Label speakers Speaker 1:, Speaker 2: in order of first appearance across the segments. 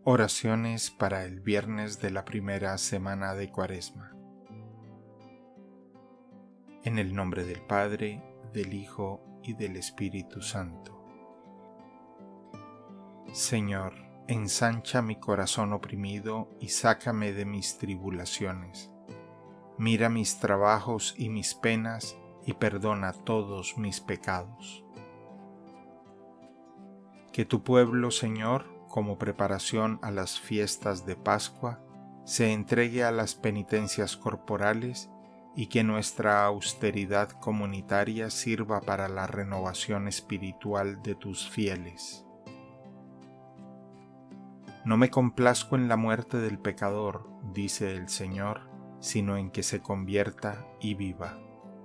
Speaker 1: Oraciones para el viernes de la primera semana de Cuaresma. En el nombre del Padre, del Hijo y del Espíritu Santo. Señor, ensancha mi corazón oprimido y sácame de mis tribulaciones. Mira mis trabajos y mis penas y perdona todos mis pecados. Que tu pueblo, Señor, como preparación a las fiestas de Pascua, se entregue a las penitencias corporales y que nuestra austeridad comunitaria sirva para la renovación espiritual de tus fieles. No me complazco en la muerte del pecador, dice el Señor, sino en que se convierta y viva.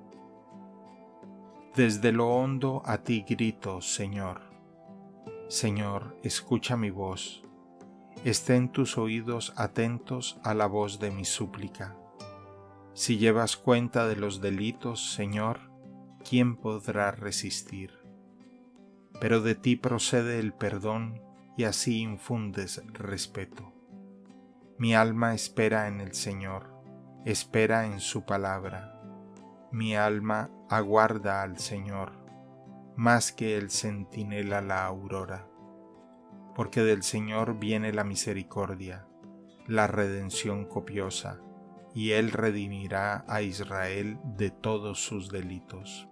Speaker 1: Desde lo hondo a ti grito, Señor. Señor, escucha mi voz. Estén tus oídos atentos a la voz de mi súplica. Si llevas cuenta de los delitos, Señor, ¿quién podrá resistir? Pero de ti procede el perdón y así infundes respeto. Mi alma espera en el Señor, espera en su palabra. Mi alma aguarda al Señor, más que el centinela la aurora, porque del Señor viene la misericordia, la redención copiosa, y Él redimirá a Israel de todos sus delitos.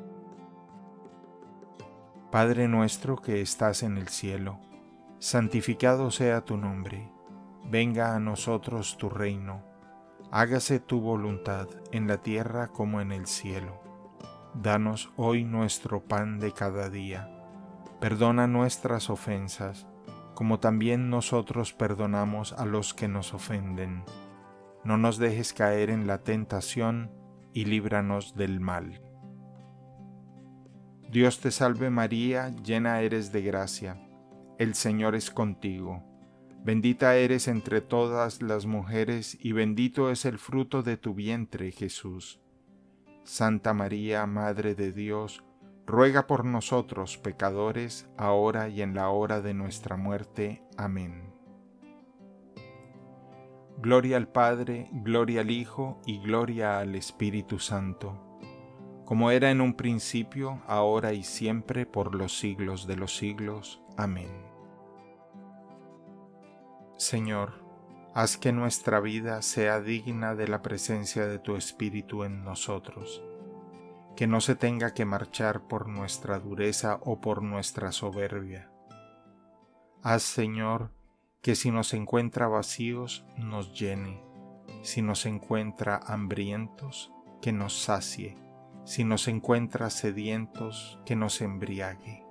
Speaker 1: Padre nuestro que estás en el cielo, santificado sea tu nombre, venga a nosotros tu reino, hágase tu voluntad en la tierra como en el cielo. Danos hoy nuestro pan de cada día. Perdona nuestras ofensas, como también nosotros perdonamos a los que nos ofenden. No nos dejes caer en la tentación y líbranos del mal. Dios te salve María, llena eres de gracia. El Señor es contigo. Bendita eres entre todas las mujeres y bendito es el fruto de tu vientre, Jesús. Santa María, Madre de Dios, ruega por nosotros pecadores, ahora y en la hora de nuestra muerte. Amén. Gloria al Padre, gloria al Hijo y gloria al Espíritu Santo, como era en un principio, ahora y siempre, por los siglos de los siglos. Amén. Señor, haz que nuestra vida sea digna de la presencia de tu Espíritu en nosotros, que no se tenga que marchar por nuestra dureza o por nuestra soberbia. Haz, Señor, que si nos encuentra vacíos, nos llene, si nos encuentra hambrientos, que nos sacie, si nos encuentra sedientos, que nos embriague.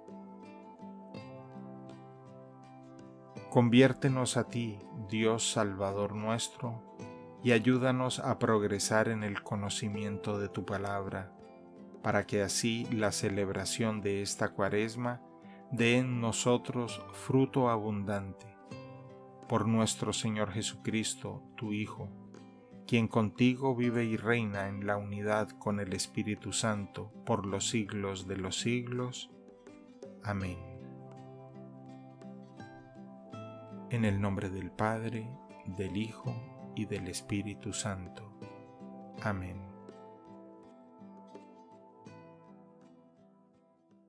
Speaker 1: Conviértenos a ti, Dios Salvador nuestro, y ayúdanos a progresar en el conocimiento de tu palabra, para que así la celebración de esta Cuaresma dé en nosotros fruto abundante. Por nuestro Señor Jesucristo, tu Hijo, quien contigo vive y reina en la unidad con el Espíritu Santo por los siglos de los siglos. Amén. En el nombre del Padre, del Hijo y del Espíritu Santo. Amén.